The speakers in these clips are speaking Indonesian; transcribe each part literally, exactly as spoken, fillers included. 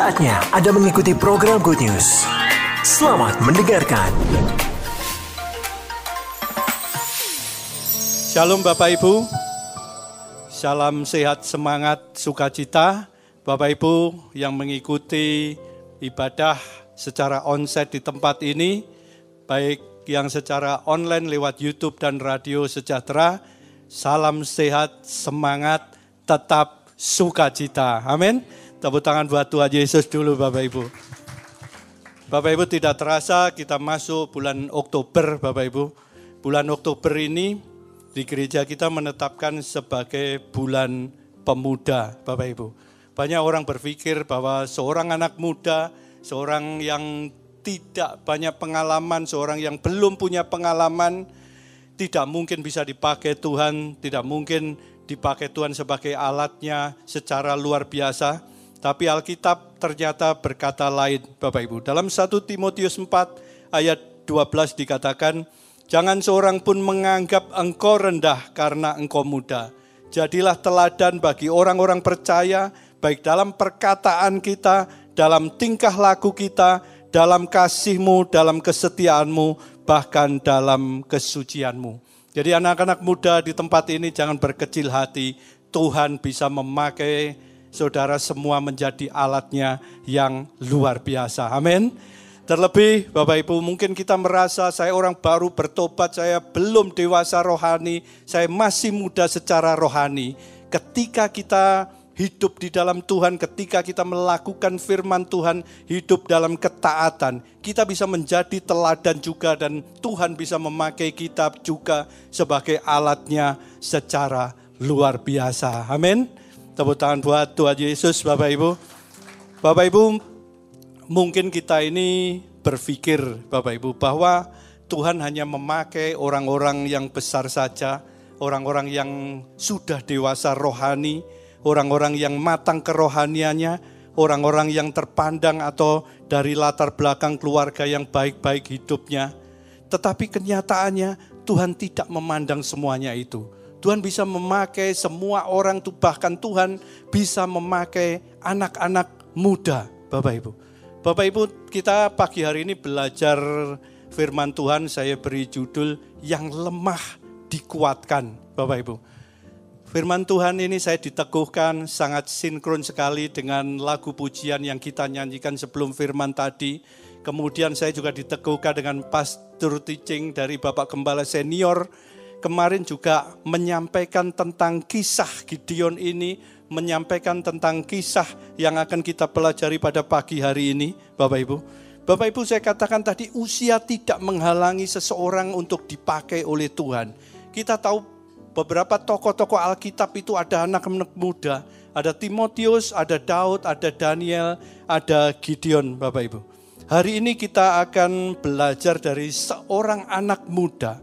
Saatnya Anda mengikuti program Good News. Selamat mendengarkan. Shalom Bapak Ibu. Salam sehat, semangat, sukacita. Bapak Ibu yang mengikuti ibadah secara onsite di tempat ini, baik yang secara online lewat YouTube dan Radio Sejahtera, salam sehat, semangat, tetap sukacita. Amin. Tepuk tangan buat Tuhan Yesus dulu Bapak Ibu. Bapak Ibu, tidak terasa kita masuk bulan Oktober Bapak Ibu. Bulan Oktober ini di gereja kita menetapkan sebagai bulan pemuda Bapak Ibu. Banyak orang berpikir bahwa seorang anak muda, seorang yang tidak banyak pengalaman, seorang yang belum punya pengalaman, tidak mungkin bisa dipakai Tuhan, tidak mungkin dipakai Tuhan sebagai alatnya secara luar biasa. Tapi Alkitab ternyata berkata lain Bapak Ibu. Dalam satu Timotius empat ayat dua belas dikatakan, jangan seorang pun menganggap engkau rendah karena engkau muda. Jadilah teladan bagi orang-orang percaya, baik dalam perkataan kita, dalam tingkah laku kita, dalam kasihmu, dalam kesetiaanmu, bahkan dalam kesucianmu. Jadi anak-anak muda di tempat ini jangan berkecil hati, Tuhan bisa memakai saudara semua menjadi alatnya yang luar biasa. Amin. Terlebih Bapak Ibu, mungkin kita merasa saya orang baru bertobat, saya belum dewasa rohani, saya masih muda secara rohani. Ketika kita hidup di dalam Tuhan, ketika kita melakukan firman Tuhan, hidup dalam ketaatan, kita bisa menjadi teladan juga dan Tuhan bisa memakai kita juga sebagai alatnya secara luar biasa. Amin. Tepuk tangan buat Tuhan Yesus Bapak Ibu. Bapak Ibu, mungkin kita ini berpikir Bapak Ibu bahwa Tuhan hanya memakai orang-orang yang besar saja, orang-orang yang sudah dewasa rohani, orang-orang yang matang kerohaniannya, orang-orang yang terpandang atau dari latar belakang keluarga yang baik-baik hidupnya. Tetapi kenyataannya Tuhan tidak memandang semuanya itu. Tuhan bisa memakai semua orang, bahkan Tuhan bisa memakai anak-anak muda, Bapak Ibu. Bapak Ibu, kita pagi hari ini belajar firman Tuhan, saya beri judul yang lemah dikuatkan, Bapak Ibu. Firman Tuhan ini saya diteguhkan sangat sinkron sekali dengan lagu pujian yang kita nyanyikan sebelum firman tadi. Kemudian saya juga diteguhkan dengan pastor teaching dari Bapak Gembala Senior. Kemarin juga menyampaikan tentang kisah Gideon ini, menyampaikan tentang kisah yang akan kita pelajari pada pagi hari ini, Bapak Ibu. Bapak Ibu, saya katakan tadi usia tidak menghalangi seseorang untuk dipakai oleh Tuhan. Kita tahu beberapa tokoh-tokoh Alkitab itu ada anak-anak muda, ada Timotius, ada Daud, ada Daniel, ada Gideon, Bapak Ibu. Hari ini kita akan belajar dari seorang anak muda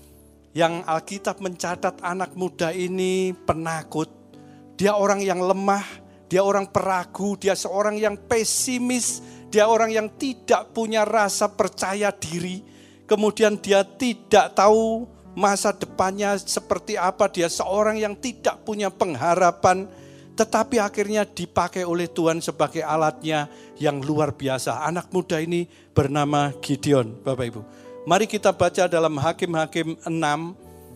yang Alkitab mencatat anak muda ini penakut, dia orang yang lemah, dia orang peragu, dia seorang yang pesimis, dia orang yang tidak punya rasa percaya diri, kemudian dia tidak tahu masa depannya seperti apa, dia seorang yang tidak punya pengharapan, tetapi akhirnya dipakai oleh Tuhan sebagai alatnya yang luar biasa. Anak muda ini bernama Gideon, Bapak Ibu. Mari kita baca dalam Hakim-Hakim enam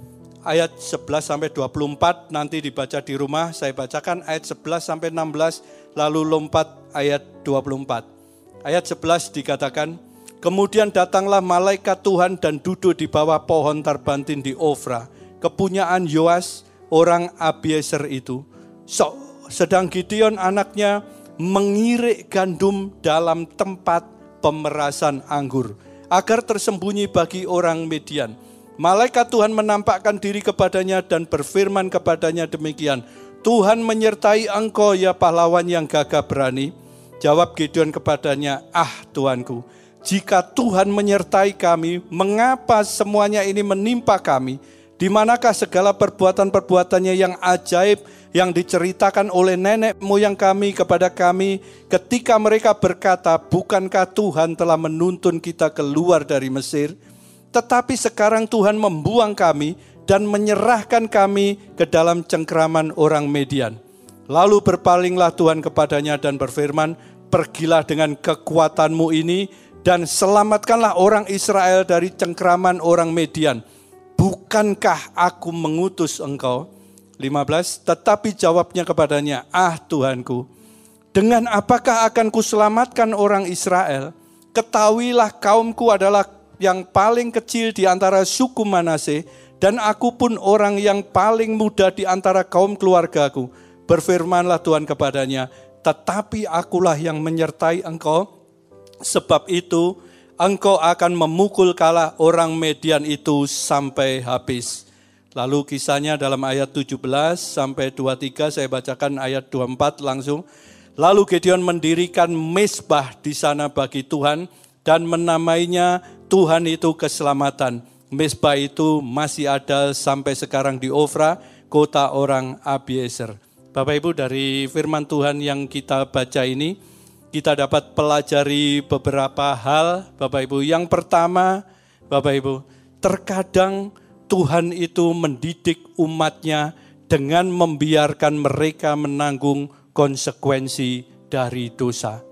ayat sebelas sampai dua puluh empat, nanti dibaca di rumah. Saya bacakan ayat sebelas sampai enam belas, lalu lompat ayat dua puluh empat. Ayat sebelas dikatakan, kemudian datanglah malaikat Tuhan dan duduk di bawah pohon tarbantin di Ofra, kepunyaan Yoas orang Abiezer itu. So, sedang Gideon anaknya mengirik gandum dalam tempat pemerasan anggur, agar tersembunyi bagi orang Median. Malaikat Tuhan menampakkan diri kepadanya dan berfirman kepadanya demikian, Tuhan menyertai engkau ya pahlawan yang gagah berani. Jawab Gideon kepadanya, ah Tuanku, jika Tuhan menyertai kami, mengapa semuanya ini menimpa kami? Di manakah segala perbuatan-perbuatannya yang ajaib yang diceritakan oleh nenek moyang kami kepada kami ketika mereka berkata, bukankah Tuhan telah menuntun kita keluar dari Mesir? Tetapi sekarang Tuhan membuang kami dan menyerahkan kami ke dalam cengkraman orang Median. Lalu berpalinglah Tuhan kepadanya dan berfirman, pergilah dengan kekuatanmu ini dan selamatkanlah orang Israel dari cengkraman orang Median. Bukankah aku mengutus engkau? lima belas, tetapi jawabnya kepadanya, ah Tuhanku, dengan apakah akan kuselamatkan orang Israel? Ketahuilah kaumku adalah yang paling kecil di antara suku Manase, dan aku pun orang yang paling muda di antara kaum keluargaku. Berfirmanlah Tuhan kepadanya, tetapi akulah yang menyertai engkau, sebab itu engkau akan memukul kalah orang Median itu sampai habis. Lalu kisahnya dalam ayat tujuh belas sampai dua puluh tiga, saya bacakan ayat dua puluh empat langsung. Lalu Gideon mendirikan mezbah di sana bagi Tuhan dan menamainya Tuhan itu keselamatan. Mezbah itu masih ada sampai sekarang di Ofra, kota orang Abiezer. Bapak Ibu, dari firman Tuhan yang kita baca ini, kita dapat pelajari beberapa hal, Bapak Ibu. Yang pertama, Bapak Ibu, terkadang Tuhan itu mendidik umatnya dengan membiarkan mereka menanggung konsekuensi dari dosa.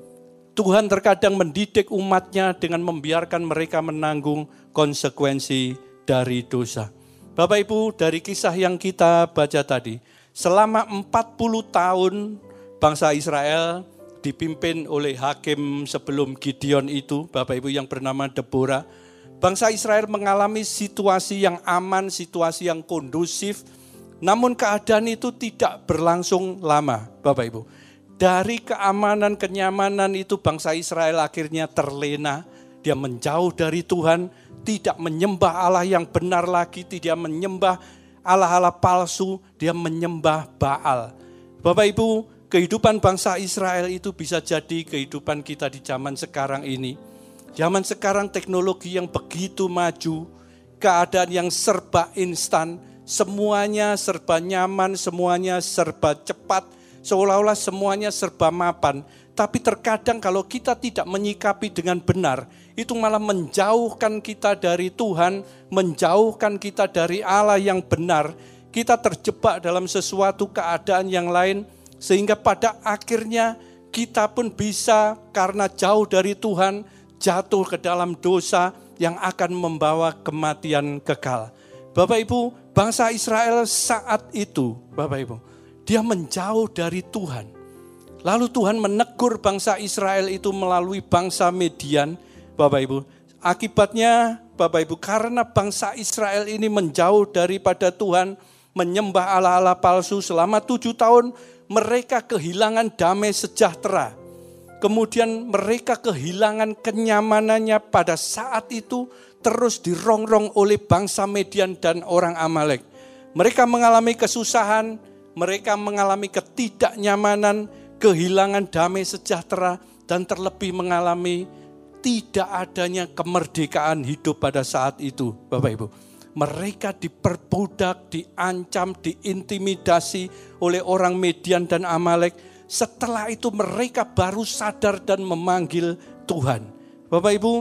Tuhan terkadang mendidik umatnya dengan membiarkan mereka menanggung konsekuensi dari dosa. Bapak Ibu, dari kisah yang kita baca tadi, selama empat puluh tahun bangsa Israel dipimpin oleh hakim sebelum Gideon itu, Bapak Ibu, yang bernama Deborah. Bangsa Israel mengalami situasi yang aman, situasi yang kondusif, namun keadaan itu tidak berlangsung lama, Bapak Ibu. Dari keamanan, kenyamanan itu bangsa Israel akhirnya terlena, dia menjauh dari Tuhan, tidak menyembah Allah yang benar lagi, tidak menyembah Allah-Allah palsu, dia menyembah Baal. Bapak Ibu, kehidupan bangsa Israel itu bisa jadi kehidupan kita di zaman sekarang ini. Zaman sekarang teknologi yang begitu maju, keadaan yang serba instan, semuanya serba nyaman, semuanya serba cepat, seolah-olah semuanya serba mapan. Tapi terkadang kalau kita tidak menyikapi dengan benar, itu malah menjauhkan kita dari Tuhan, menjauhkan kita dari Allah yang benar. Kita terjebak dalam sesuatu keadaan yang lain, sehingga pada akhirnya kita pun bisa karena jauh dari Tuhan, jatuh ke dalam dosa yang akan membawa kematian kekal. Bapak Ibu, bangsa Israel saat itu, Bapak Ibu, dia menjauh dari Tuhan. Lalu Tuhan menegur bangsa Israel itu melalui bangsa Median, Bapak Ibu. Akibatnya, Bapak Ibu, karena bangsa Israel ini menjauh daripada Tuhan, menyembah Allah-Allah palsu selama tujuh tahun, mereka kehilangan damai sejahtera. Kemudian mereka kehilangan kenyamanannya pada saat itu terus dirongrong oleh bangsa Median dan orang Amalek. Mereka mengalami kesusahan, mereka mengalami ketidaknyamanan, kehilangan damai sejahtera, dan terlebih mengalami tidak adanya kemerdekaan hidup pada saat itu, Bapak Ibu. Mereka diperbudak, diancam, diintimidasi oleh orang Median dan Amalek. Setelah itu mereka baru sadar dan memanggil Tuhan. Bapak Ibu,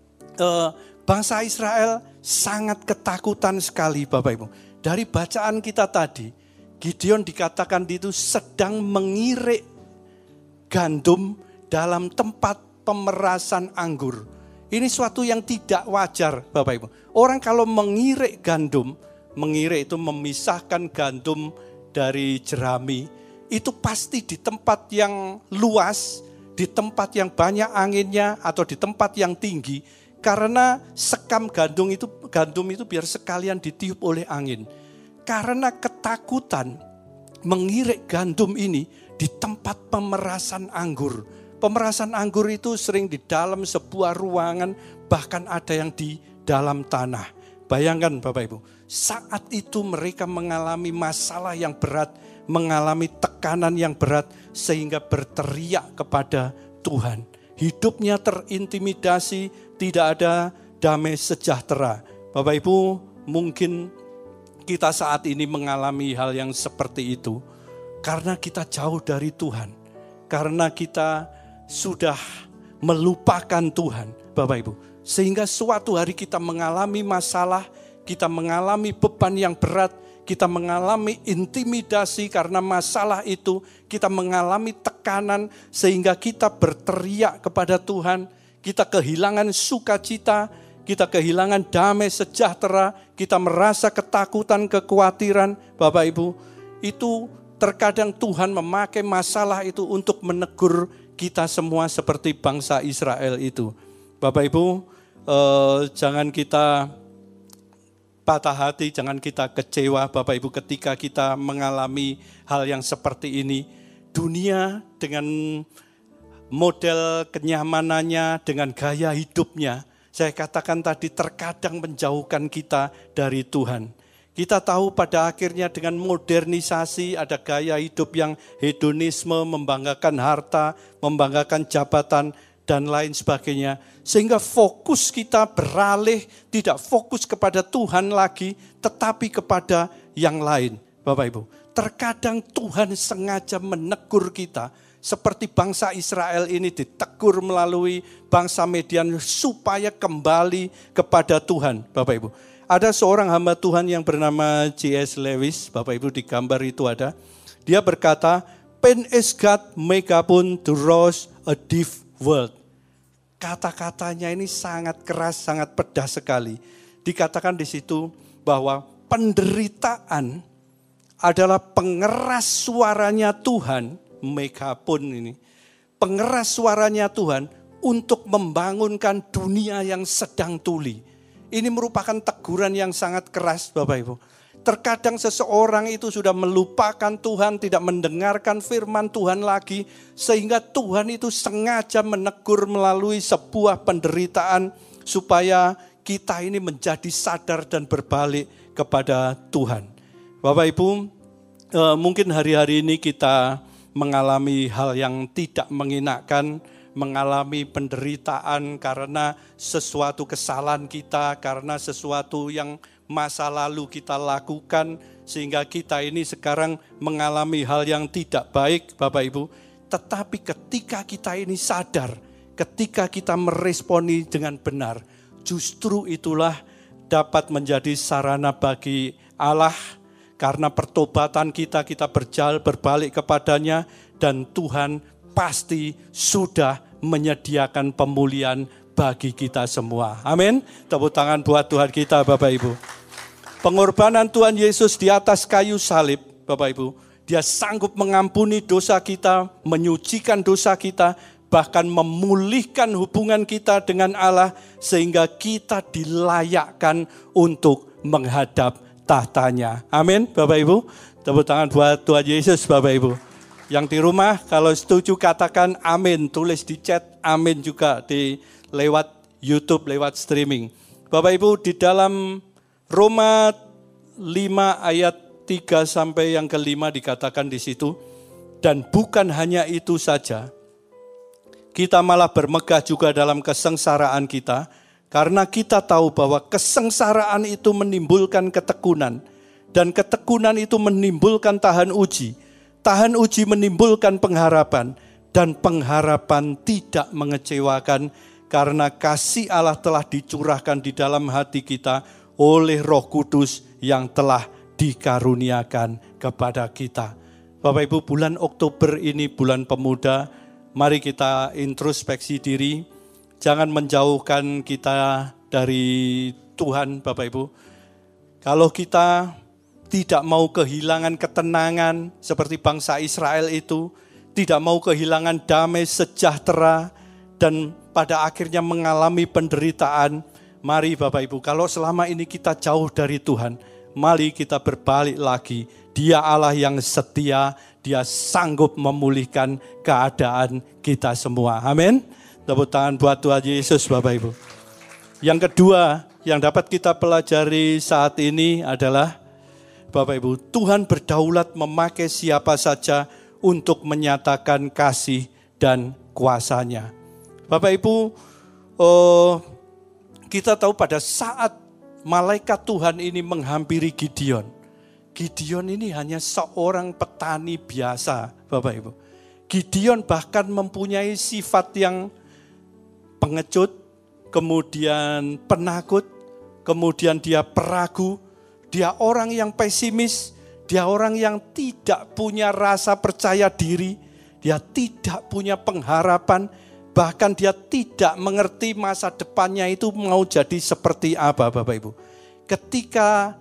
eh, bangsa Israel sangat ketakutan sekali, Bapak Ibu. Dari bacaan kita tadi, Gideon dikatakan itu sedang mengirik gandum dalam tempat pemerasan anggur. Ini suatu yang tidak wajar, Bapak Ibu. Orang kalau mengirik gandum, mengirik itu memisahkan gandum dari jerami, itu pasti di tempat yang luas, di tempat yang banyak anginnya, atau di tempat yang tinggi. Karena sekam gandum itu, gandum itu biar sekalian ditiup oleh angin. Karena ketakutan mengirik gandum ini di tempat pemerasan anggur. Pemerasan anggur itu sering di dalam sebuah ruangan, bahkan ada yang di dalam tanah. Bayangkan Bapak Ibu, saat itu mereka mengalami masalah yang berat, mengalami tekanan yang berat, sehingga berteriak kepada Tuhan. Hidupnya terintimidasi, tidak ada damai sejahtera. Bapak Ibu, mungkin kita saat ini mengalami hal yang seperti itu, karena kita jauh dari Tuhan, karena kita sudah melupakan Tuhan, Bapak Ibu. Sehingga suatu hari kita mengalami masalah, kita mengalami beban yang berat, kita mengalami intimidasi karena masalah itu, kita mengalami tekanan sehingga kita berteriak kepada Tuhan, kita kehilangan sukacita, kita kehilangan damai sejahtera, kita merasa ketakutan, kekhawatiran, Bapak Ibu, itu terkadang Tuhan memakai masalah itu untuk menegur kita semua seperti bangsa Israel itu. Bapak Ibu, eh, jangan kita patah hati, jangan kita kecewa Bapak Ibu ketika kita mengalami hal yang seperti ini. Dunia dengan model kenyamanannya, dengan gaya hidupnya, saya katakan tadi terkadang menjauhkan kita dari Tuhan. Kita tahu pada akhirnya dengan modernisasi ada gaya hidup yang hedonisme, membanggakan harta, membanggakan jabatan, dan lain sebagainya. Sehingga fokus kita beralih, tidak fokus kepada Tuhan lagi, tetapi kepada yang lain. Bapak Ibu, terkadang Tuhan sengaja menegur kita, seperti bangsa Israel ini ditegur melalui bangsa Median supaya kembali kepada Tuhan. Bapak Ibu, ada seorang hamba Tuhan yang bernama C S Lewis, Bapak Ibu di gambar itu ada. Dia berkata, "Pain is God make upon to rose a deep world." Kata-katanya ini sangat keras, sangat pedas sekali. Dikatakan di situ bahwa penderitaan adalah pengeras suaranya Tuhan, megapun ini. Pengeras suaranya Tuhan untuk membangunkan dunia yang sedang tuli. Ini merupakan teguran yang sangat keras Bapak Ibu. Terkadang seseorang itu sudah melupakan Tuhan, tidak mendengarkan firman Tuhan lagi, sehingga Tuhan itu sengaja menegur melalui sebuah penderitaan supaya kita ini menjadi sadar dan berbalik kepada Tuhan. Bapak Ibu, eh, mungkin hari-hari ini kita mengalami hal yang tidak mengenakan, mengalami penderitaan karena sesuatu kesalahan kita, karena sesuatu yang masa lalu kita lakukan sehingga kita ini sekarang mengalami hal yang tidak baik Bapak Ibu. Tetapi ketika kita ini sadar, ketika kita meresponi dengan benar, justru itulah dapat menjadi sarana bagi Allah karena pertobatan kita, kita berjalan berbalik kepadanya dan Tuhan pasti sudah menyediakan pemulihan bagi kita semua. Amin. Tepuk tangan buat Tuhan kita Bapak Ibu. Pengorbanan Tuhan Yesus di atas kayu salib Bapak Ibu. Dia sanggup mengampuni dosa kita, menyucikan dosa kita, bahkan memulihkan hubungan kita dengan Allah sehingga kita dilayakkan untuk menghadap tahtanya. Amin Bapak Ibu. Tepuk tangan buat Tuhan Yesus Bapak Ibu. Yang di rumah kalau setuju katakan amin, tulis di chat amin juga di lewat YouTube, lewat streaming. Bapak Ibu, di dalam Roma lima ayat tiga sampai yang kelima dikatakan di situ, dan bukan hanya itu saja, kita malah bermegah juga dalam kesengsaraan kita, karena kita tahu bahwa kesengsaraan itu menimbulkan ketekunan, dan ketekunan itu menimbulkan tahan uji, tahan uji menimbulkan pengharapan, dan pengharapan tidak mengecewakan, karena kasih Allah telah dicurahkan di dalam hati kita oleh Roh Kudus yang telah dikaruniakan kepada kita. Bapak Ibu, bulan Oktober ini bulan pemuda, mari kita introspeksi diri, jangan menjauhkan kita dari Tuhan Bapak Ibu. Kalau kita tidak mau kehilangan ketenangan seperti bangsa Israel itu, tidak mau kehilangan damai sejahtera dan pada akhirnya mengalami penderitaan, mari Bapak Ibu, kalau selama ini kita jauh dari Tuhan, mari kita berbalik lagi. Dia Allah yang setia, Dia sanggup memulihkan keadaan kita semua. Amin. Tepuk tangan buat Tuhan Yesus Bapak Ibu. Yang kedua yang dapat kita pelajari saat ini adalah Bapak Ibu, Tuhan berdaulat memakai siapa saja untuk menyatakan kasih dan kuasa-Nya. Bapak Ibu, oh, kita tahu pada saat malaikat Tuhan ini menghampiri Gideon. Gideon ini hanya seorang petani biasa, Bapak Ibu. Gideon bahkan mempunyai sifat yang pengecut, kemudian penakut, kemudian dia peragu, Dia orang yang pesimis, dia orang yang tidak punya rasa percaya diri, dia tidak punya pengharapan, bahkan dia tidak mengerti masa depannya itu mau jadi seperti apa, Bapak Ibu. Ketika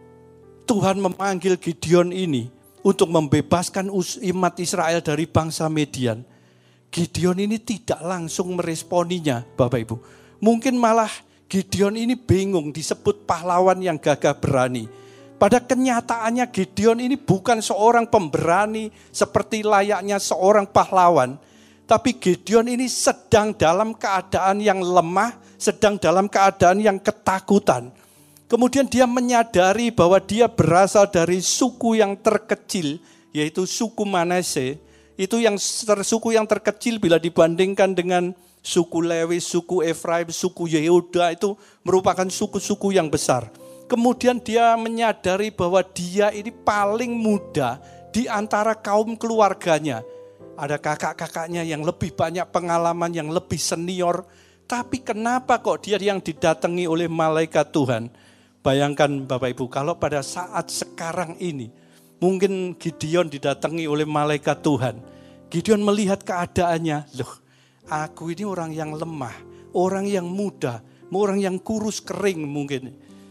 Tuhan memanggil Gideon ini untuk membebaskan umat Israel dari bangsa Midian, Gideon ini tidak langsung meresponinya, Bapak Ibu. Mungkin malah Gideon ini bingung disebut pahlawan yang gagah berani. Pada kenyataannya Gideon ini bukan seorang pemberani seperti layaknya seorang pahlawan. Tapi Gideon ini sedang dalam keadaan yang lemah, sedang dalam keadaan yang ketakutan. Kemudian dia menyadari bahwa dia berasal dari suku yang terkecil, yaitu suku Manase. Itu yang suku yang terkecil bila dibandingkan dengan suku Lewi, suku Efraim, suku Yehuda, itu merupakan suku-suku yang besar. Kemudian dia menyadari bahwa dia ini paling muda di antara kaum keluarganya. Ada kakak-kakaknya yang lebih banyak pengalaman, yang lebih senior. Tapi kenapa kok dia yang didatangi oleh malaikat Tuhan? Bayangkan Bapak Ibu, kalau pada saat sekarang ini, mungkin Gideon didatangi oleh malaikat Tuhan. Gideon melihat keadaannya, loh, aku ini orang yang lemah, orang yang muda, orang yang kurus kering mungkin.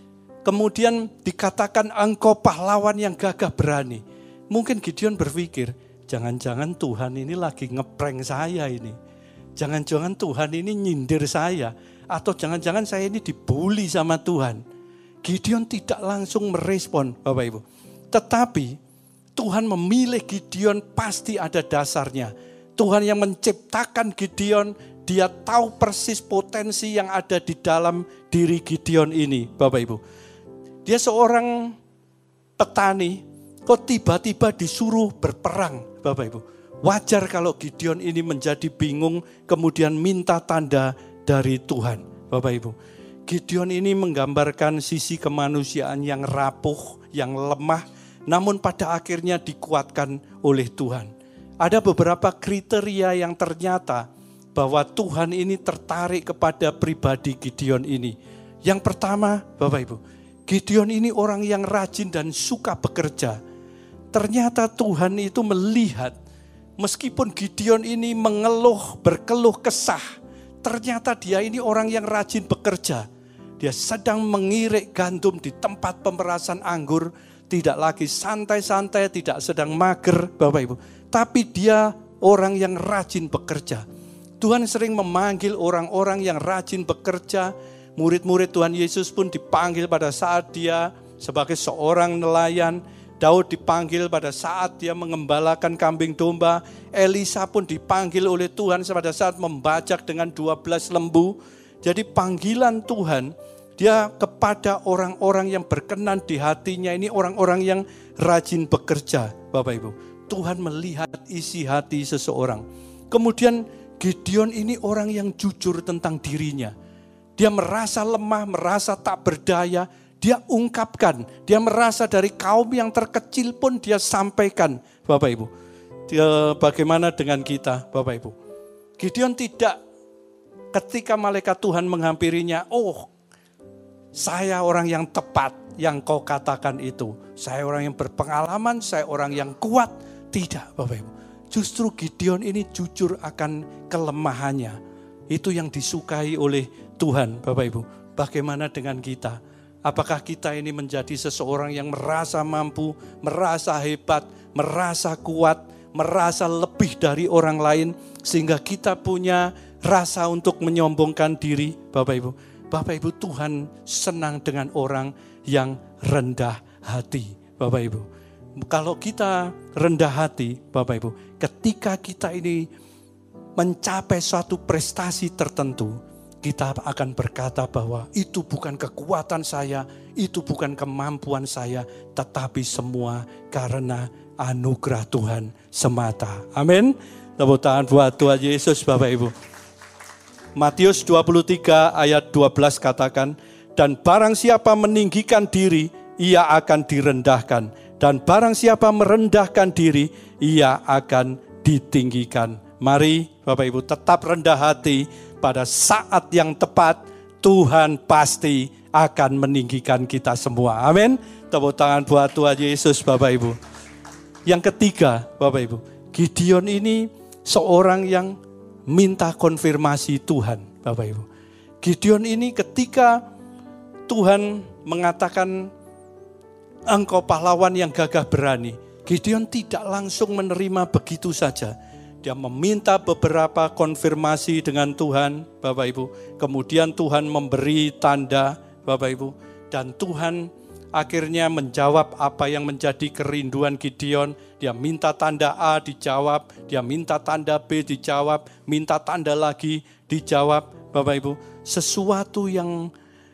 Kemudian dikatakan engkau pahlawan yang gagah berani. Mungkin Gideon berpikir, jangan-jangan Tuhan ini lagi ngeprank saya ini. Jangan-jangan Tuhan ini nyindir saya. Atau jangan-jangan saya ini dibully sama Tuhan. Gideon tidak langsung merespon, Bapak Ibu. Tetapi Tuhan memilih Gideon pasti ada dasarnya. Tuhan yang menciptakan Gideon, dia tahu persis potensi yang ada di dalam diri Gideon ini, Bapak Ibu. Dia seorang petani, kok tiba-tiba disuruh berperang, Bapak Ibu. Wajar kalau Gideon ini menjadi bingung, kemudian minta tanda dari Tuhan, Bapak Ibu. Gideon ini menggambarkan sisi kemanusiaan yang rapuh, yang lemah, namun pada akhirnya dikuatkan oleh Tuhan. Ada beberapa kriteria yang ternyata bahwa Tuhan ini tertarik kepada pribadi Gideon ini. Yang pertama, Bapak Ibu, Gideon ini orang yang rajin dan suka bekerja. Ternyata Tuhan itu melihat, meskipun Gideon ini mengeluh, berkeluh kesah, ternyata dia ini orang yang rajin bekerja. Dia sedang mengirik gandum di tempat pemerasan anggur, tidak lagi santai-santai, tidak sedang mager, Bapak Ibu. Tapi dia orang yang rajin bekerja. Tuhan sering memanggil orang-orang yang rajin bekerja. Murid-murid Tuhan Yesus pun dipanggil pada saat dia sebagai seorang nelayan. Daud dipanggil pada saat dia mengembalakan kambing domba. Elisa pun dipanggil oleh Tuhan pada saat membajak dengan dua belas lembu. Jadi panggilan Tuhan, dia kepada orang-orang yang berkenan di hatinya, ini orang-orang yang rajin bekerja, Bapak Ibu. Tuhan melihat isi hati seseorang. Kemudian Gideon ini orang yang jujur tentang dirinya. Dia merasa lemah, merasa tak berdaya, dia ungkapkan. Dia merasa dari kaum yang terkecil pun dia sampaikan, Bapak Ibu. Dia, bagaimana dengan kita, Bapak Ibu? Gideon tidak ketika malaikat Tuhan menghampirinya, oh saya orang yang tepat yang kau katakan itu. Saya orang yang berpengalaman, saya orang yang kuat. Tidak, Bapak Ibu. Justru Gideon ini jujur akan kelemahannya. Itu yang disukai oleh Tuhan, Bapak Ibu. Bagaimana dengan kita? Apakah kita ini menjadi seseorang yang merasa mampu, merasa hebat, merasa kuat, merasa lebih dari orang lain, sehingga kita punya rasa untuk menyombongkan diri, Bapak Ibu. Bapak Ibu, Tuhan senang dengan orang yang rendah hati, Bapak Ibu. Kalau kita rendah hati, Bapak Ibu, ketika kita ini mencapai suatu prestasi tertentu, kita akan berkata bahwa itu bukan kekuatan saya, itu bukan kemampuan saya, tetapi semua karena anugerah Tuhan semata. Amin. Tepuk tangan buat Tuhan Yesus, Bapak Ibu. Matius dua puluh tiga ayat dua belas katakan, dan barang siapa meninggikan diri, ia akan direndahkan. Dan barang siapa merendahkan diri, ia akan ditinggikan. Mari Bapak Ibu tetap rendah hati, pada saat yang tepat Tuhan pasti akan meninggikan kita semua. Amin. Tepuk tangan buat Tuhan Yesus, Bapak Ibu. Yang ketiga, Bapak Ibu, Gideon ini seorang yang minta konfirmasi Tuhan, Bapak Ibu. Gideon ini ketika Tuhan mengatakan engkau pahlawan yang gagah berani, Gideon tidak langsung menerima begitu saja. Dia meminta beberapa konfirmasi dengan Tuhan, Bapak Ibu. Kemudian Tuhan memberi tanda, Bapak Ibu. Dan Tuhan akhirnya menjawab apa yang menjadi kerinduan Gideon. Dia minta tanda A dijawab, dia minta tanda B dijawab, minta tanda lagi dijawab, Bapak Ibu. Sesuatu yang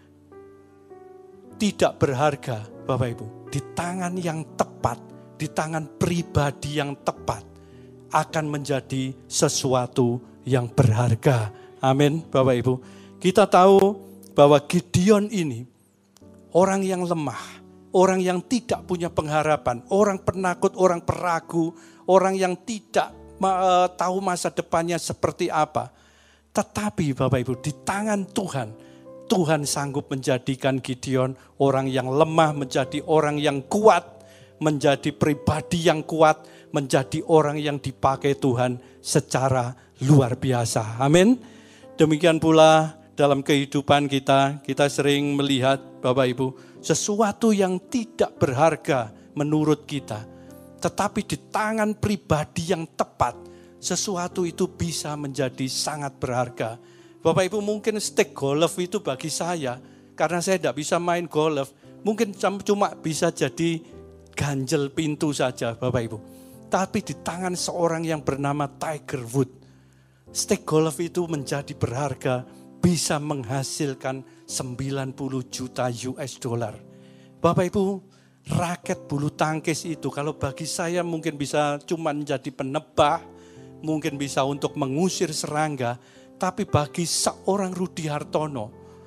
tidak berharga, Bapak Ibu, di tangan yang tepat, di tangan pribadi yang tepat, akan menjadi sesuatu yang berharga. Amin, Bapak Ibu. Kita tahu bahwa Gideon ini orang yang lemah, orang yang tidak punya pengharapan, orang penakut, orang peragu, orang yang tidak uh, tahu masa depannya seperti apa. Tetapi Bapak Ibu, di tangan Tuhan, Tuhan sanggup menjadikan Gideon orang yang lemah menjadi orang yang kuat, menjadi pribadi yang kuat, menjadi orang yang dipakai Tuhan secara luar biasa. Amin. Demikian pula dalam kehidupan kita, kita sering melihat Bapak Ibu, sesuatu yang tidak berharga menurut kita. Tetapi di tangan pribadi yang tepat, sesuatu itu bisa menjadi sangat berharga. Bapak Ibu, mungkin stick golf itu bagi saya, karena saya tidak bisa main golf, mungkin cuma bisa jadi ganjel pintu saja Bapak Ibu. Tapi di tangan seorang yang bernama Tiger Woods, stick golf itu menjadi berharga, bisa menghasilkan sembilan puluh juta U S dollar. Bapak Ibu, raket bulu tangkis itu kalau bagi saya mungkin bisa cuma menjadi penebah, mungkin bisa untuk mengusir serangga, tapi bagi seorang Rudi Hartono,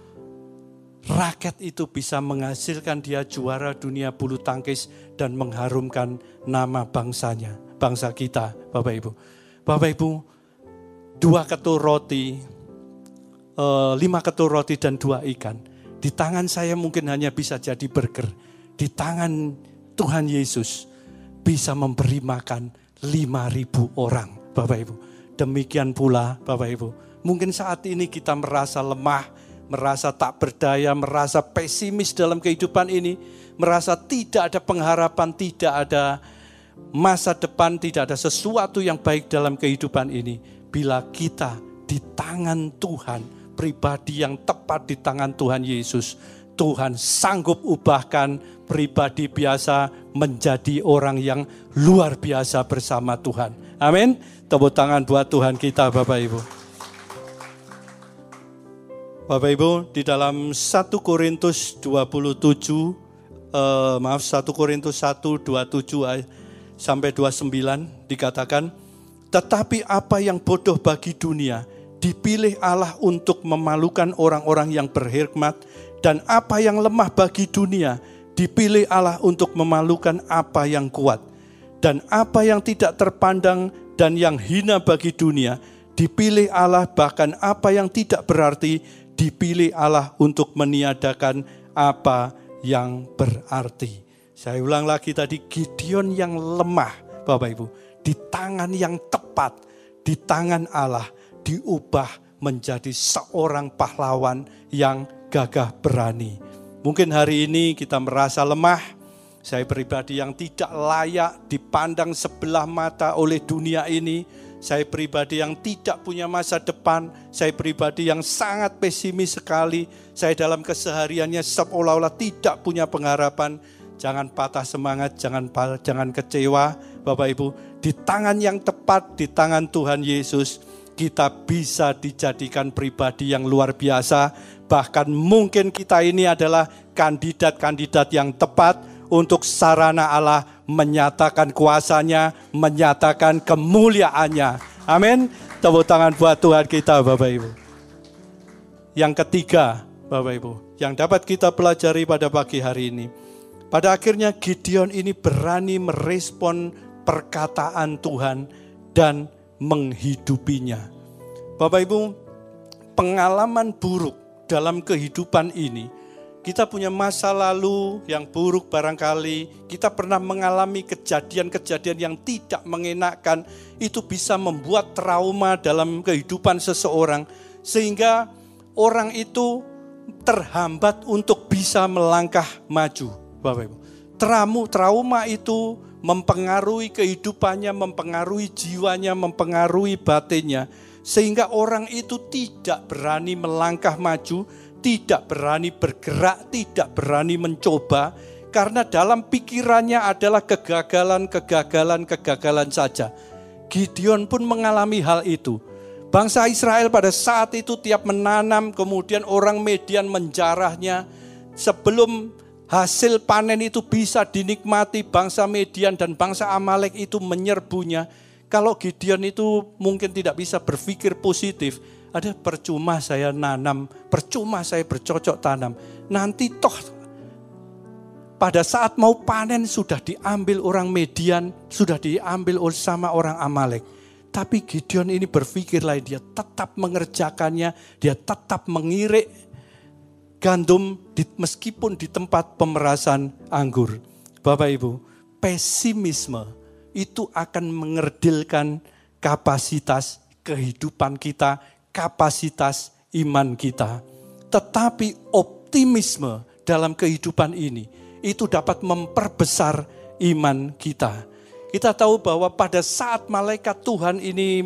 raket itu bisa menghasilkan dia juara dunia bulu tangkis dan mengharumkan nama bangsanya, bangsa kita, Bapak Ibu. Bapak Ibu, dua ketul roti, lima ketul roti dan dua ikan. Di tangan saya mungkin hanya bisa jadi burger. Di tangan Tuhan Yesus bisa memberi makan lima ribu orang, Bapak Ibu. Demikian pula Bapak Ibu, mungkin saat ini kita merasa lemah, merasa tak berdaya, merasa pesimis dalam kehidupan ini, merasa tidak ada pengharapan, tidak ada masa depan, tidak ada sesuatu yang baik dalam kehidupan ini. Bila kita di tangan Tuhan, pribadi yang tepat di tangan Tuhan Yesus, Tuhan sanggup ubahkan pribadi biasa menjadi orang yang luar biasa bersama Tuhan. Amin. Tepuk tangan buat Tuhan kita, Bapak Ibu. Bapak Ibu, di dalam satu Korintus dua puluh tujuh, eh, maaf satu Korintus satu, dua puluh tujuh sampai dua puluh sembilan dikatakan, tetapi apa yang bodoh bagi dunia, dipilih Allah untuk memalukan orang-orang yang berhikmat, dan apa yang lemah bagi dunia, dipilih Allah untuk memalukan apa yang kuat. Dan apa yang tidak terpandang dan yang hina bagi dunia, dipilih Allah, bahkan apa yang tidak berarti, dipilih Allah untuk meniadakan apa yang berarti. Saya ulang lagi tadi, Gideon yang lemah, Bapak Ibu, di tangan yang tepat, di tangan Allah, diubah menjadi seorang pahlawan yang gagah berani. Mungkin hari ini kita merasa lemah, saya pribadi yang tidak layak dipandang sebelah mata oleh dunia ini, saya pribadi yang tidak punya masa depan, saya pribadi yang sangat pesimis sekali, saya dalam kesehariannya seolah-olah tidak punya pengharapan. Jangan patah semangat, jangan jangan kecewa, Bapak Ibu. Di tangan yang tepat, di tangan Tuhan Yesus, kita bisa dijadikan pribadi yang luar biasa. Bahkan mungkin kita ini adalah kandidat-kandidat yang tepat untuk sarana Allah menyatakan kuasanya, menyatakan kemuliaannya. Amin. Tepuk tangan buat Tuhan kita, Bapak Ibu. Yang ketiga, Bapak Ibu, yang dapat kita pelajari pada pagi hari ini. Pada akhirnya Gideon ini berani merespon perkataan Tuhan dan menghidupinya. Bapak Ibu, pengalaman buruk dalam kehidupan ini Kita punya masa lalu yang buruk barangkali. Kita pernah mengalami kejadian-kejadian yang tidak mengenakkan. Itu bisa membuat trauma dalam kehidupan seseorang. Sehingga orang itu terhambat untuk bisa melangkah maju. Bapak Ibu. Trauma, trauma itu mempengaruhi kehidupannya, mempengaruhi jiwanya, mempengaruhi batinnya. Sehingga orang itu tidak berani melangkah maju, tidak berani bergerak, tidak berani mencoba, karena dalam pikirannya adalah kegagalan, kegagalan, kegagalan saja. Gideon pun mengalami hal itu. Bangsa Israel pada saat itu tiap menanam, kemudian orang Median menjarahnya. Sebelum hasil panen itu bisa dinikmati, bangsa Median dan bangsa Amalek itu menyerbunya. Kalau Gideon itu mungkin tidak bisa berpikir positif, ada percuma saya nanam, percuma saya bercocok tanam. Nanti toh pada saat mau panen sudah diambil orang Median, sudah diambil sama orang Amalek. Tapi Gideon ini berpikir lain, dia tetap mengerjakannya, dia tetap mengirik gandum meskipun di tempat pemerasan anggur. Bapak Ibu, pesimisme itu akan mengerdilkan kapasitas kehidupan kita, kapasitas iman kita. Tetapi optimisme dalam kehidupan ini itu dapat memperbesar iman kita. Kita tahu bahwa pada saat malaikat Tuhan ini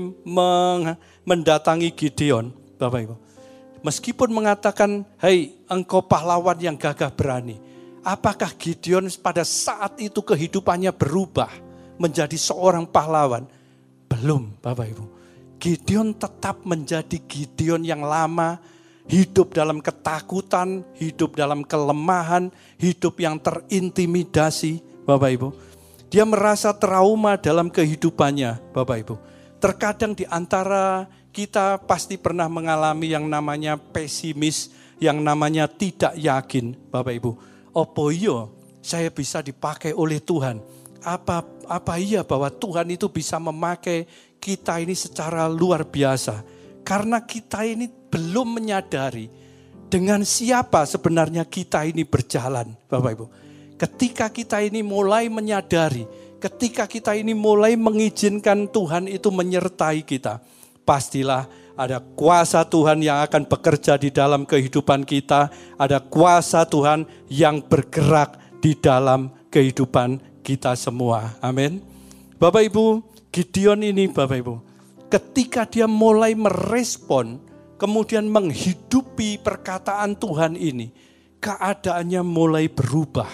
mendatangi Gideon, Bapak Ibu, meskipun mengatakan, "Hei, engkau pahlawan yang gagah berani." Apakah Gideon pada saat itu kehidupannya berubah menjadi seorang pahlawan? Belum, Bapak Ibu. Gideon tetap menjadi Gideon yang lama, hidup dalam ketakutan, hidup dalam kelemahan, hidup yang terintimidasi, Bapak Ibu. Dia merasa trauma dalam kehidupannya, Bapak Ibu. Terkadang di antara kita pasti pernah mengalami yang namanya pesimis, yang namanya tidak yakin, Bapak Ibu. Opo iya saya bisa dipakai oleh Tuhan? Apa apa iya bahwa Tuhan itu bisa memakai kita ini secara luar biasa, karena kita ini belum menyadari dengan siapa sebenarnya kita ini berjalan, Bapak Ibu. Ketika kita ini mulai menyadari, ketika kita ini mulai mengizinkan Tuhan itu menyertai kita, pastilah ada kuasa Tuhan yang akan bekerja di dalam kehidupan kita, ada kuasa Tuhan yang bergerak di dalam kehidupan kita semua. Amin. Bapak Ibu, Gideon ini Bapak Ibu, ketika dia mulai merespon, kemudian menghidupi perkataan Tuhan ini, keadaannya mulai berubah.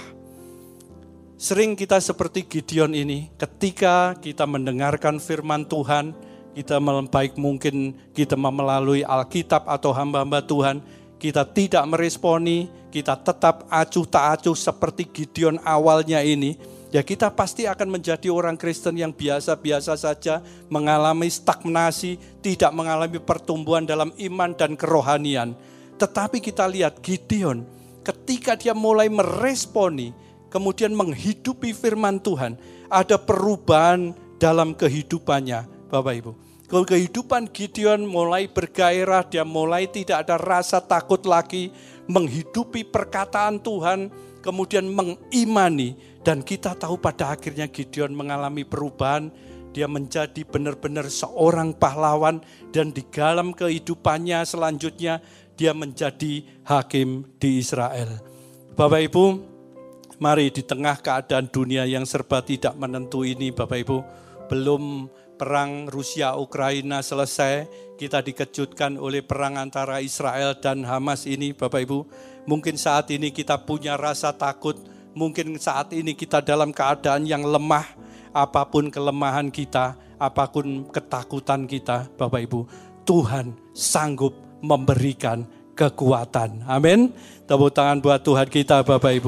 Sering kita seperti Gideon ini, ketika kita mendengarkan firman Tuhan, kita baik mungkin kita melalui Alkitab atau hamba-hamba Tuhan, kita tidak meresponi, kita tetap acuh tak acuh seperti Gideon awalnya ini. Ya kita pasti akan menjadi orang Kristen yang biasa-biasa saja, mengalami stagnasi, tidak mengalami pertumbuhan dalam iman dan kerohanian. Tetapi kita lihat Gideon, ketika dia mulai meresponi, kemudian menghidupi firman Tuhan, ada perubahan dalam kehidupannya, Bapak Ibu. Kehidupan Gideon mulai bergairah, dia mulai tidak ada rasa takut lagi, menghidupi perkataan Tuhan, kemudian mengimani. Dan kita tahu pada akhirnya Gideon mengalami perubahan, dia menjadi benar-benar seorang pahlawan, dan di dalam kehidupannya selanjutnya dia menjadi hakim di Israel. Bapak Ibu, mari di tengah keadaan dunia yang serba tidak menentu ini, Bapak Ibu, belum perang Rusia Ukraina selesai, kita dikejutkan oleh perang antara Israel dan Hamas ini, Bapak Ibu. Mungkin saat ini kita punya rasa takut, mungkin saat ini kita dalam keadaan yang lemah, apapun kelemahan kita, apapun ketakutan kita, Bapak Ibu, Tuhan sanggup memberikan kekuatan. Amin. Tepuk tangan buat Tuhan kita, Bapak Ibu.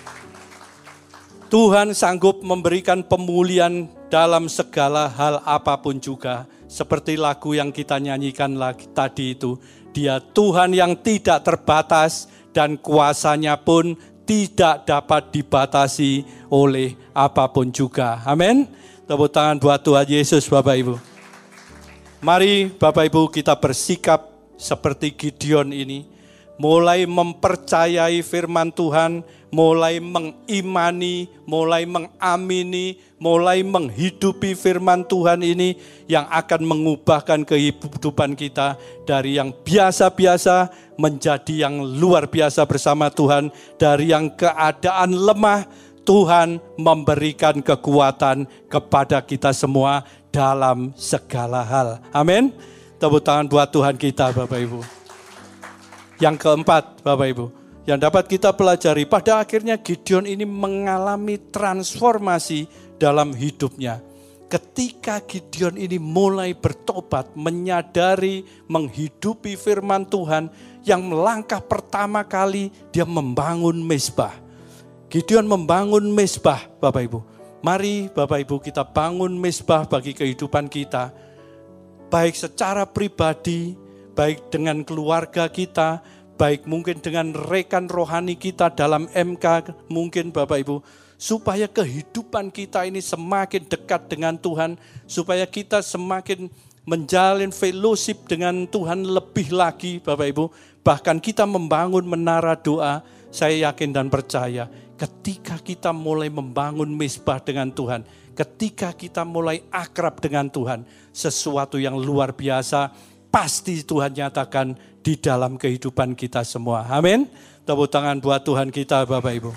Tuhan sanggup memberikan pemulihan dalam segala hal apapun juga. Seperti lagu yang kita nyanyikan lagi tadi itu. Dia Tuhan yang tidak terbatas dan kuasanya pun tidak dapat dibatasi oleh apapun juga. Amin. Tepuk tangan buat Tuhan Yesus, Bapak Ibu. Mari Bapak Ibu kita bersikap seperti Gideon ini. mulai mempercayai firman Tuhan, mulai mengimani, mulai mengamini, mulai menghidupi firman Tuhan ini yang akan mengubahkan kehidupan kita dari yang biasa-biasa menjadi yang luar biasa bersama Tuhan. Dari yang keadaan lemah, Tuhan memberikan kekuatan kepada kita semua dalam segala hal. Amin. Tepuk tangan buat Tuhan kita, Bapak Ibu. Yang keempat, Bapak Ibu, yang dapat kita pelajari, pada akhirnya Gideon ini mengalami transformasi dalam hidupnya. Ketika Gideon ini mulai bertobat, menyadari, menghidupi firman Tuhan, yang melangkah pertama kali dia membangun mezbah. Gideon membangun mezbah, Bapak Ibu. Mari Bapak Ibu kita bangun mezbah bagi kehidupan kita. Baik secara pribadi, baik dengan keluarga kita, baik mungkin dengan rekan rohani kita dalam M K, mungkin Bapak Ibu, supaya kehidupan kita ini semakin dekat dengan Tuhan, supaya kita semakin menjalin fellowship dengan Tuhan lebih lagi, Bapak Ibu. Bahkan kita membangun menara doa, saya yakin dan percaya, ketika kita mulai membangun mezbah dengan Tuhan, ketika kita mulai akrab dengan Tuhan, sesuatu yang luar biasa pasti Tuhan nyatakan di dalam kehidupan kita semua. Amin. Tepuk tangan buat Tuhan kita, Bapak Ibu.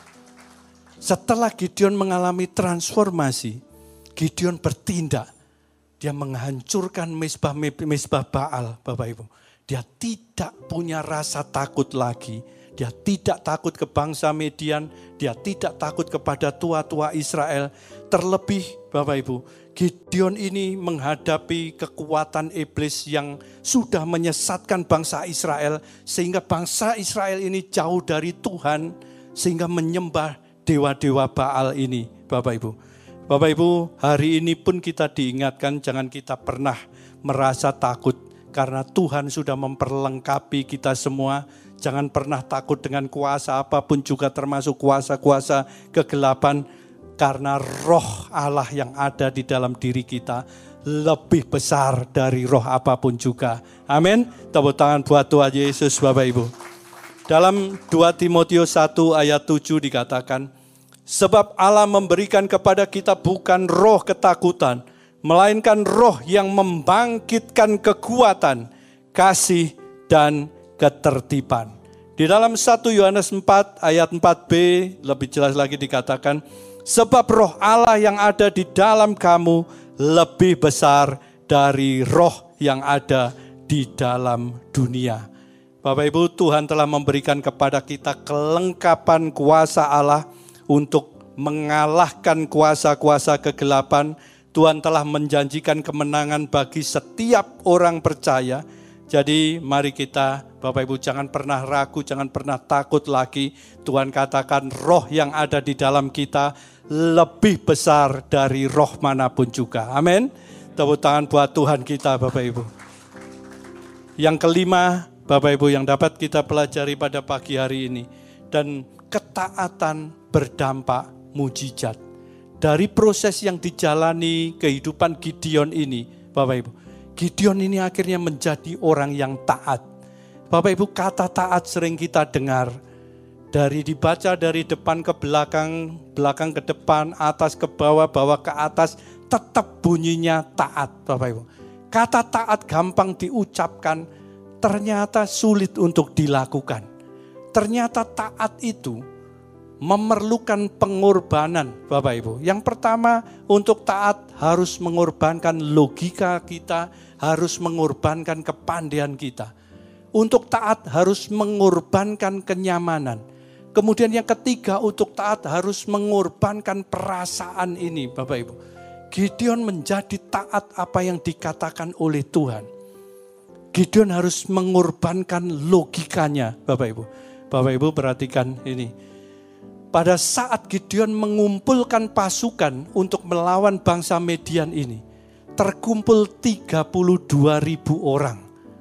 Setelah Gideon mengalami transformasi, Gideon bertindak. Dia menghancurkan mezbah-mezbah Baal, Bapak Ibu. Dia tidak punya rasa takut lagi. Dia tidak takut ke bangsa Median. Dia tidak takut kepada tua-tua Israel. Terlebih, Bapak Ibu, Gideon ini menghadapi kekuatan iblis yang sudah menyesatkan bangsa Israel, sehingga bangsa Israel ini jauh dari Tuhan, sehingga menyembah dewa-dewa Baal ini, Bapak Ibu. Bapak Ibu, hari ini pun kita diingatkan jangan kita pernah merasa takut, karena Tuhan sudah memperlengkapi kita semua. Jangan pernah takut dengan kuasa apapun, juga termasuk kuasa-kuasa kegelapan. Karena roh Allah yang ada di dalam diri kita lebih besar dari roh apapun juga. Amin. Tepuk tangan buat Tuhan Yesus, Bapak Ibu. Dalam dua Timotius satu ayat tujuh dikatakan, sebab Allah memberikan kepada kita bukan roh ketakutan, melainkan roh yang membangkitkan kekuatan, kasih, dan ketertiban. Di dalam satu Yohanes empat ayat empat b lebih jelas lagi dikatakan, sebab roh Allah yang ada di dalam kamu lebih besar dari roh yang ada di dalam dunia. Bapak Ibu, Tuhan telah memberikan kepada kita kelengkapan kuasa Allah untuk mengalahkan kuasa-kuasa kegelapan. Tuhan telah menjanjikan kemenangan bagi setiap orang percaya. Jadi mari kita, Bapak Ibu, jangan pernah ragu, jangan pernah takut lagi. Tuhan katakan roh yang ada di dalam kita lebih besar dari roh manapun juga. Amin. Tepuk tangan buat Tuhan kita, Bapak Ibu. Yang kelima, Bapak Ibu, yang dapat kita pelajari pada pagi hari ini. Dan ketaatan berdampak mujizat. Dari proses yang dijalani kehidupan Gideon ini, Bapak Ibu, Gideon ini akhirnya menjadi orang yang taat. Bapak Ibu, kata taat sering kita dengar. Dari dibaca dari depan ke belakang, belakang ke depan, atas ke bawah, bawah ke atas, tetap bunyinya taat, Bapak Ibu. Kata taat gampang diucapkan, ternyata sulit untuk dilakukan. Ternyata taat itu memerlukan pengorbanan, Bapak Ibu. Yang pertama, untuk taat harus mengorbankan logika kita, harus mengorbankan kepandaian kita. Untuk taat harus mengorbankan kenyamanan. Kemudian yang ketiga, untuk taat harus mengorbankan perasaan ini, Bapak Ibu. Gideon menjadi taat apa yang dikatakan oleh Tuhan. Gideon harus mengorbankan logikanya, Bapak Ibu. Bapak Ibu perhatikan ini. Pada saat Gideon mengumpulkan pasukan untuk melawan bangsa Median ini, terkumpul tiga puluh dua ribu orang.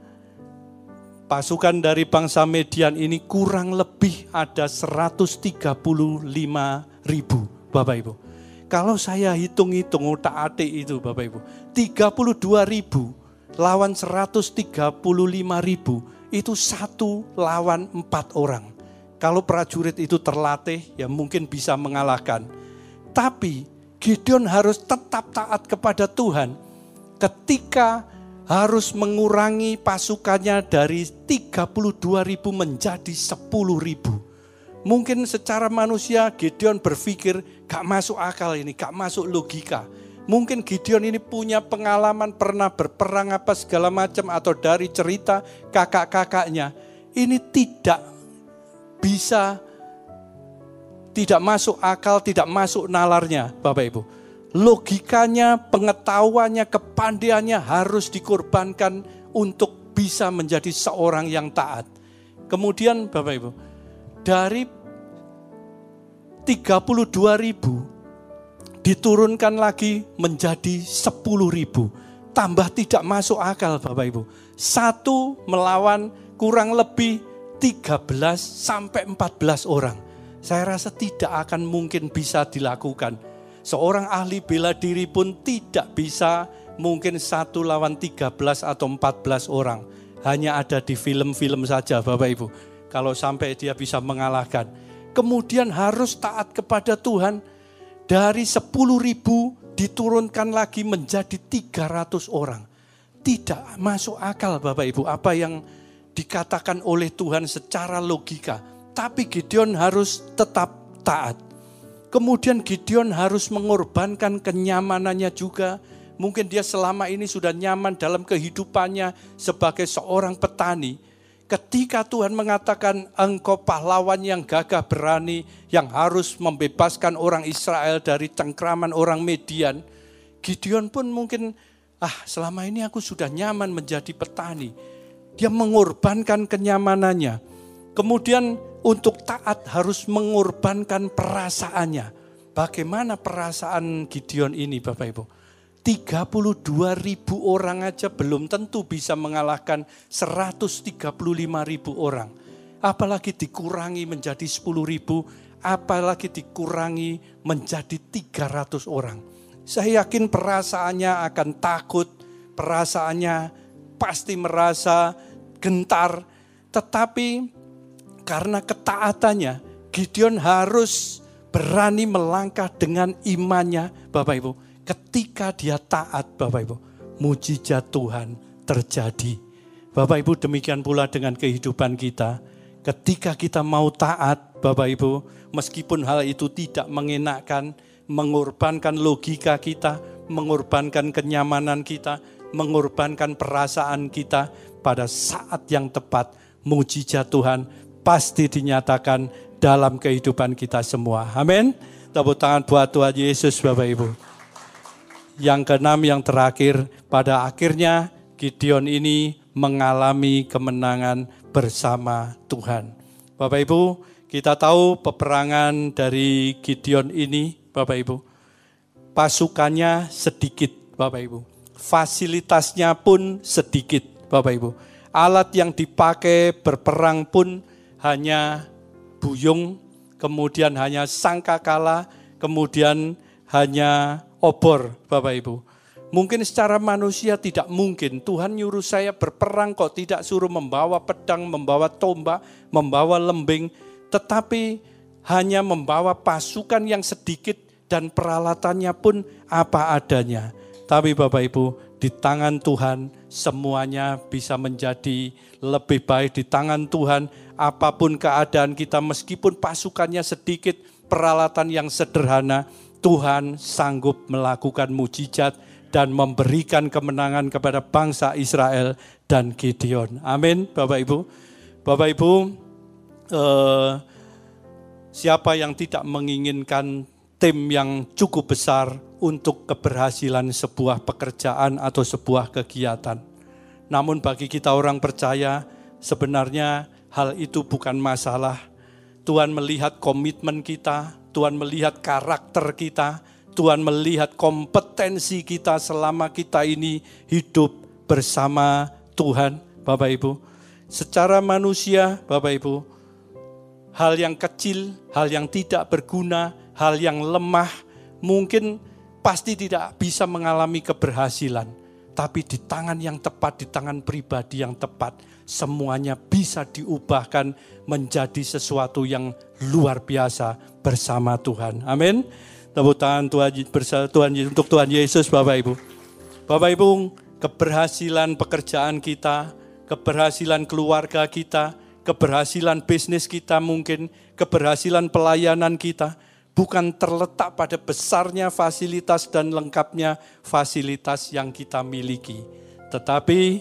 Pasukan dari bangsa Median ini kurang lebih ada seratus tiga puluh lima ribu, Bapak Ibu. Kalau saya hitung-hitung otak-atik itu, Bapak Ibu, tiga puluh dua ribu lawan seratus tiga puluh lima ribu, itu satu lawan empat orang. Kalau prajurit itu terlatih, ya mungkin bisa mengalahkan. Tapi Gideon harus tetap taat kepada Tuhan. Ketika harus mengurangi pasukannya dari tiga puluh dua ribu menjadi sepuluh ribu. Mungkin secara manusia Gideon berpikir gak masuk akal ini, gak masuk logika. Mungkin Gideon ini punya pengalaman pernah berperang apa segala macam atau dari cerita kakak-kakaknya. Ini tidak bisa, tidak masuk akal, tidak masuk nalarnya Bapak Ibu. Logikanya, pengetahuannya, kepandaiannya harus dikorbankan untuk bisa menjadi seorang yang taat. Kemudian Bapak Ibu, dari tiga puluh dua ribu diturunkan lagi menjadi sepuluh ribu. Tambah tidak masuk akal Bapak Ibu. Satu melawan kurang lebih tiga belas sampai empat belas orang. Saya rasa tidak akan mungkin bisa dilakukan. Seorang ahli bela diri pun tidak bisa mungkin satu lawan tiga belas atau empat belas orang. Hanya ada di film-film saja Bapak Ibu. Kalau sampai dia bisa mengalahkan. Kemudian harus taat kepada Tuhan. Dari sepuluh ribu diturunkan lagi menjadi tiga ratus orang. Tidak masuk akal Bapak Ibu apa yang dikatakan oleh Tuhan secara logika. Tapi Gideon harus tetap taat. Kemudian Gideon harus mengorbankan kenyamanannya juga. Mungkin dia selama ini sudah nyaman dalam kehidupannya sebagai seorang petani. Ketika Tuhan mengatakan engkau pahlawan yang gagah berani yang harus membebaskan orang Israel dari cengkraman orang Median. Gideon pun mungkin ah selama ini aku sudah nyaman menjadi petani. Dia mengorbankan kenyamanannya. Kemudian untuk taat harus mengorbankan perasaannya. Bagaimana perasaan Gideon ini Bapak Ibu? tiga puluh dua ribu orang aja belum tentu bisa mengalahkan seratus tiga puluh lima ribu orang. Apalagi dikurangi menjadi sepuluh ribu, apalagi dikurangi menjadi tiga ratus orang. Saya yakin perasaannya akan takut, perasaannya pasti merasa gentar. Tetapi karena ketaatannya, Gideon harus berani melangkah dengan imannya Bapak Ibu. Ketika dia taat Bapak Ibu, mujizat Tuhan terjadi. Bapak Ibu demikian pula dengan kehidupan kita. Ketika kita mau taat Bapak Ibu, meskipun hal itu tidak mengenakkan, mengorbankan logika kita, mengorbankan kenyamanan kita, mengorbankan perasaan kita, pada saat yang tepat mujizat Tuhan pasti dinyatakan dalam kehidupan kita semua. Amin. Tepuk tangan buat Tuhan Yesus Bapak Ibu. Yang keenam, yang terakhir, pada akhirnya Gideon ini mengalami kemenangan bersama Tuhan. Bapak Ibu, kita tahu peperangan dari Gideon ini, Bapak Ibu, pasukannya sedikit, Bapak Ibu. Fasilitasnya pun sedikit, Bapak Ibu. Alat yang dipakai berperang pun hanya buyung, kemudian hanya sangkakala, kemudian hanya obor, Bapak Ibu. Mungkin secara manusia tidak mungkin. Tuhan nyuruh saya berperang kok tidak suruh membawa pedang, membawa tombak, membawa lembing. Tetapi hanya membawa pasukan yang sedikit dan peralatannya pun apa adanya. Tapi Bapak Ibu, di tangan Tuhan semuanya bisa menjadi lebih baik. Di tangan Tuhan apapun keadaan kita, meskipun pasukannya sedikit, peralatan yang sederhana, Tuhan sanggup melakukan mujizat dan memberikan kemenangan kepada bangsa Israel dan Gideon. Amin, Bapak Ibu. Bapak Ibu, eh, siapa yang tidak menginginkan tim yang cukup besar untuk keberhasilan sebuah pekerjaan atau sebuah kegiatan? Namun bagi kita orang percaya, sebenarnya hal itu bukan masalah. Tuhan melihat komitmen kita, Tuhan melihat karakter kita, Tuhan melihat kompetensi kita selama kita ini hidup bersama Tuhan, Bapak Ibu. Secara manusia, Bapak Ibu, hal yang kecil, hal yang tidak berguna, hal yang lemah, mungkin pasti tidak bisa mengalami keberhasilan. tapi di tangan yang tepat, di tangan pribadi yang tepat, semuanya bisa diubahkan menjadi sesuatu yang luar biasa bersama Tuhan. Amin. Tepuk tangan Tuhan, Tuhan untuk Tuhan Yesus, Bapak Ibu. Bapak Ibu, keberhasilan pekerjaan kita, keberhasilan keluarga kita, keberhasilan bisnis kita mungkin, keberhasilan pelayanan kita, bukan terletak pada besarnya fasilitas dan lengkapnya fasilitas yang kita miliki. Tetapi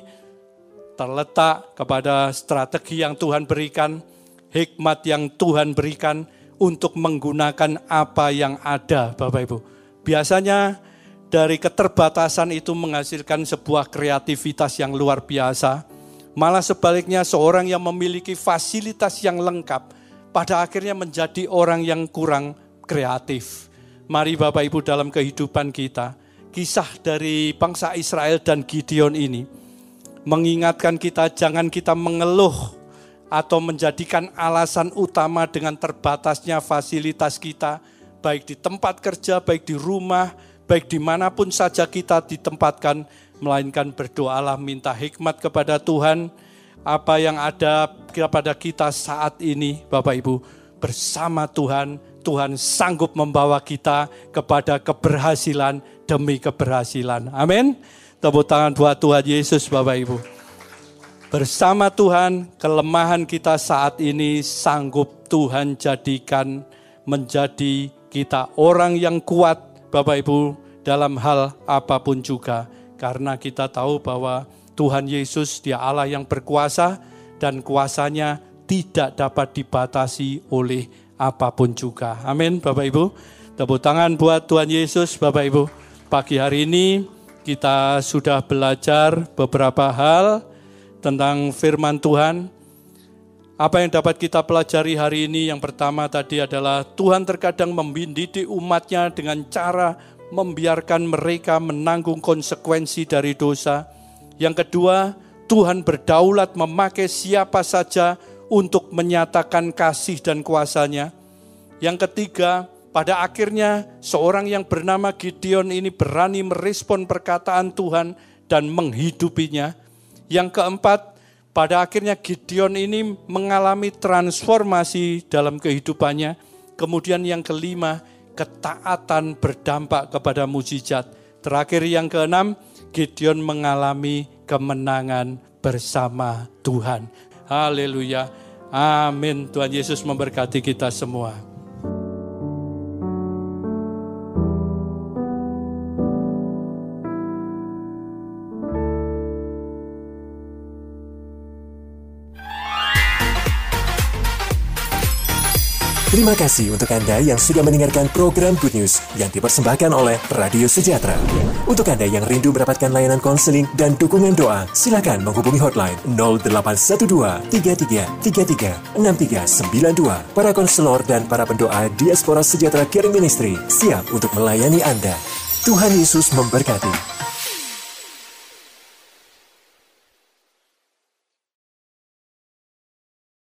terletak kepada strategi yang Tuhan berikan, hikmat yang Tuhan berikan untuk menggunakan apa yang ada, Bapak Ibu. Biasanya dari keterbatasan itu menghasilkan sebuah kreativitas yang luar biasa. Malah sebaliknya seorang yang memiliki fasilitas yang lengkap, pada akhirnya menjadi orang yang kurang kreatif. Mari Bapak Ibu dalam kehidupan kita, kisah dari bangsa Israel dan Gideon ini mengingatkan kita jangan kita mengeluh atau menjadikan alasan utama dengan terbatasnya fasilitas kita, baik di tempat kerja, baik di rumah, baik dimanapun saja kita ditempatkan, melainkan berdoalah minta hikmat kepada Tuhan, apa yang ada kepada kita saat ini Bapak Ibu, bersama Tuhan, Tuhan sanggup membawa kita kepada keberhasilan demi keberhasilan. Amin. Tepuk tangan buat Tuhan Yesus Bapak Ibu. Bersama Tuhan, kelemahan kita saat ini sanggup Tuhan jadikan menjadi kita orang yang kuat Bapak Ibu dalam hal apapun juga. Karena kita tahu bahwa Tuhan Yesus Dia Allah yang berkuasa dan kuasanya tidak dapat dibatasi oleh apapun juga. Amin Bapak Ibu. Tepuk tangan buat Tuhan Yesus Bapak Ibu. Pagi hari ini kita sudah belajar beberapa hal tentang firman Tuhan. Apa yang dapat kita pelajari hari ini? Yang pertama tadi adalah Tuhan terkadang mendidik umatnya dengan cara membiarkan mereka menanggung konsekuensi dari dosa. Yang kedua, Tuhan berdaulat memakai siapa saja untuk menyatakan kasih dan kuasanya. Yang ketiga, pada akhirnya seorang yang bernama Gideon ini berani merespon perkataan Tuhan dan menghidupinya. Yang keempat, pada akhirnya Gideon ini mengalami transformasi dalam kehidupannya. Kemudian yang kelima, ketaatan berdampak kepada mukjizat. Terakhir yang keenam, Gideon mengalami kemenangan bersama Tuhan. Haleluya. Amin. Tuhan Yesus memberkati kita semua. Terima kasih untuk Anda yang sudah mendengarkan program Good News yang dipersembahkan oleh Radio Sejahtera. Untuk Anda yang rindu mendapatkan layanan konseling dan dukungan doa, silakan menghubungi hotline nol delapan satu dua tiga tiga tiga tiga enam tiga sembilan dua. Para konselor dan para pendoa Diaspora Sejahtera Caring Ministry siap untuk melayani Anda. Tuhan Yesus memberkati.